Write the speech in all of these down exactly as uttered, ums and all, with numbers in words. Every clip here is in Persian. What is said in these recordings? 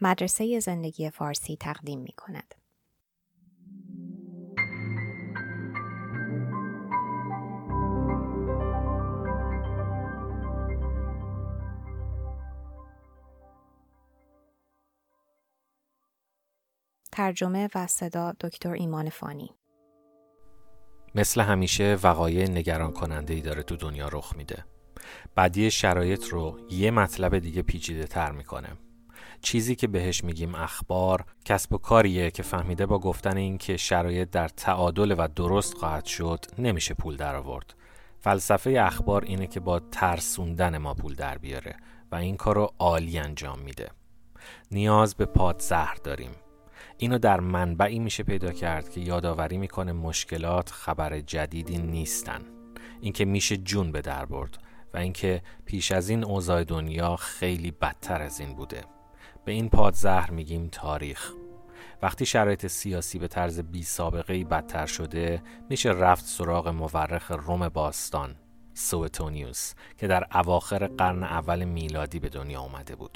مدرسه زندگی فارسی تقدیم می کند. ترجمه و صدا دکتر ایمان فانی. مثل همیشه وقایع نگران کننده‌ای داره تو دنیا رخ میده. بدی شرایط رو یه مطلب دیگه پیچیده تر میکنه. چیزی که بهش میگیم اخبار کسب و کاریه که فهمیده با گفتن این که شرایط در تعادل و درست خواهد شد نمیشه پول در آورد. فلسفه اخبار اینه که با ترسوندن ما پول در بیاره و این کارو عالی انجام میده. نیاز به پادزهر داریم. اینو در منبعی میشه پیدا کرد که یادآوری میکنه مشکلات خبر جدیدی نیستن. اینکه میشه جون به در برد و اینکه پیش از این اوضاع دنیا خیلی بدتر از این بوده. به این پادزهر میگیم تاریخ. وقتی شرایط سیاسی به طرز بی سابقه‌ای بدتر شده، میشه رفت سراغ مورخ روم باستان، سوئتونیوس، که در اواخر قرن اول میلادی به دنیا اومده بود.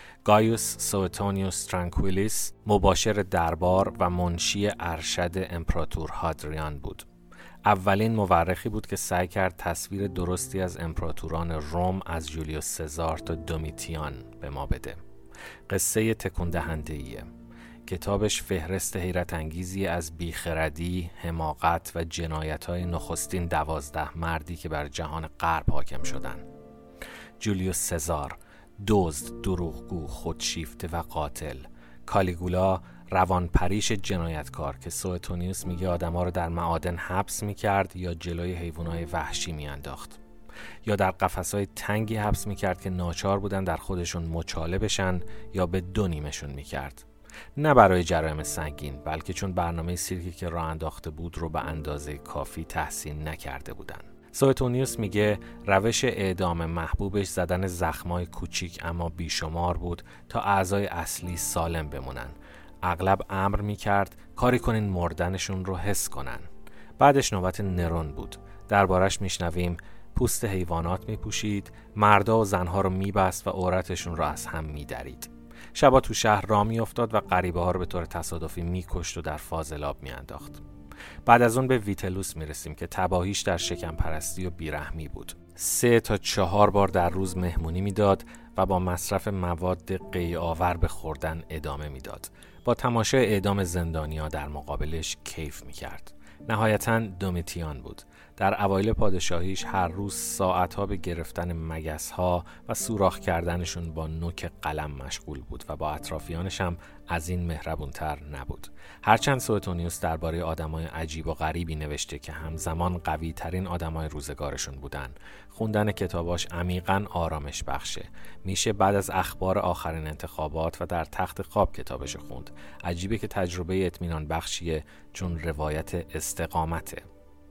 گایوس سوئتونیوس ترانکویلیس مباشر دربار و منشی ارشد امپراتور هادریان بود. اولین مورخی بود که سعی کرد تصویر درستی از امپراتوران روم از جولیوس سزار تا دومیتیان به ما بده. قصه تکون دهنده‌ایه. کتابش فهرست حیرت انگیزی از بیخردی، حماقت و جنایت‌های نخستین دوازده مردی که بر جهان غرب حاکم شدن. جولیوس سزار، دزد، دروغگو، خودشیفته و قاتل. کالیگولا، روانپریش جنایتکار که سوئتونیوس میگه آدم‌ها رو در معادن حبس میکرد یا جلوی حیوانات وحشی میانداخت، یا در قفس‌های تنگی حبس میکرد که ناچار بودن در خودشون مچاله بشن یا به دو نیمشون میکرد. نه برای جرایم سنگین، بلکه چون برنامه سیرکی که راه انداخته بود رو به اندازه کافی تحسین نکرده بودن. سوئتونیوس میگه روش اعدام محبوبش زدن زخمای کوچیک اما بیشمار بود تا اعضای اصلی سالم بمونن. اغلب امر میکرد کاری کنین مردنشون رو حس کنن. بعدش نوبت نرون بود. دربارش میشنویم پوست حیوانات میپوشید، مردا و زنها رو میبست و عورتشون رو از هم میدرید. شبا تو شهر راه میافتاد و غریبه ها رو به طور تصادفی میکشت و در فاضلاب میانداخت. بعد از اون به ویتلوس میرسیم که تباهیش در شکم پرستی و بیرحمی بود. سه تا چهار بار در روز مهمونی میداد و با مصرف مواد قی‌آور به خوردن ادامه میداد. با تماشای اعدام زندانیا در مقابلش کیف میکرد. نهایتاً دومیتیان بود. در اوایل پادشاهیش هر روز ساعتها به گرفتن مگس‌ها و سوراخ کردنشون با نوک قلم مشغول بود و با اطرافیانش هم از این مهربونتر نبود. هرچند سوئتونیوس درباره آدمای عجیب و غریبی نوشته که همزمان قوی ترین آدمای روزگارشون بودن، خوندن کتاباش عمیقاً آرامش بخشه. میشه بعد از اخبار آخرین انتخابات و در تخت خواب کتابش خوند. عجیبه که تجربه اطمینان بخشیه، چون روایت استقامته.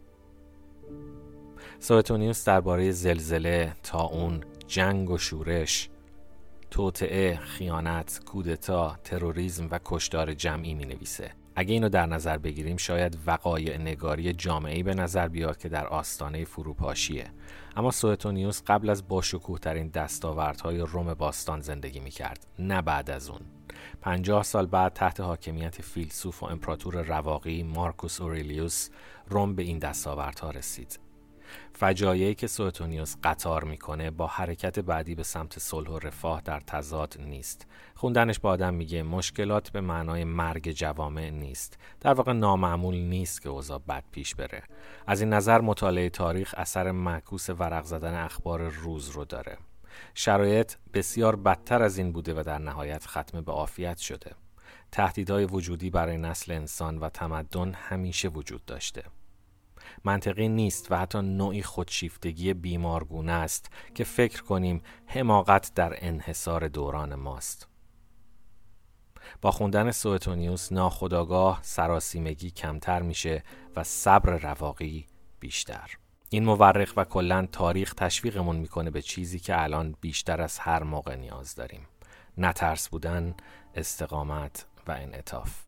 سوئتونیوس درباره زلزله، طاعون، جنگ و شورش، توطئه، خیانت، کودتا، تروریسم و کشتار جمعی می نویسه. اگه اینو در نظر بگیریم شاید وقایع نگاری جامعی به نظر بیاد که در آستانه فروپاشیه. اما سوئتونیوس قبل از باشکوه ترین دستاوردهای روم باستان زندگی می کرد، نه بعد از اون. پنجاه سال بعد تحت حاکمیت فیلسوف و امپراتور رواقی مارکوس اورلیوس روم به این دستاوردها رسید. فجایعی که سوئتونیوس قطار میکنه با حرکت بعدی به سمت صلح و رفاه در تضاد نیست. خوندنش با آدم میگه مشکلات به معنای مرگ جوامع نیست. در واقع نامعمول نیست که اوضاع بد پیش بره. از این نظر مطالعه تاریخ اثر معکوس ورق زدن اخبار روز رو داره. شرایط بسیار بدتر از این بوده و در نهایت ختم به عافیت شده. تهدیدهای وجودی برای نسل انسان و تمدن همیشه وجود داشته. منطقی نیست و حتی نوعی خودشیفتگی بیمارگونه است که فکر کنیم حماقت در انحصار دوران ماست. با خوندن سوئتونیوس ناخودآگاه سراسیمگی کمتر میشه و صبر رواقی بیشتر. این مورخ و کلاً تاریخ تشویقمون میکنه به چیزی که الان بیشتر از هر موقع نیاز داریم: نترس بودن، استقامت و انعطاف.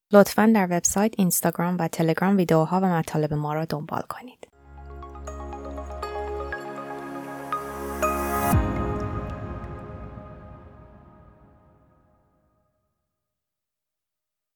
لطفاً در وبسایت، اینستاگرام و تلگرام ویدیوها و مطالب ما را دنبال کنید.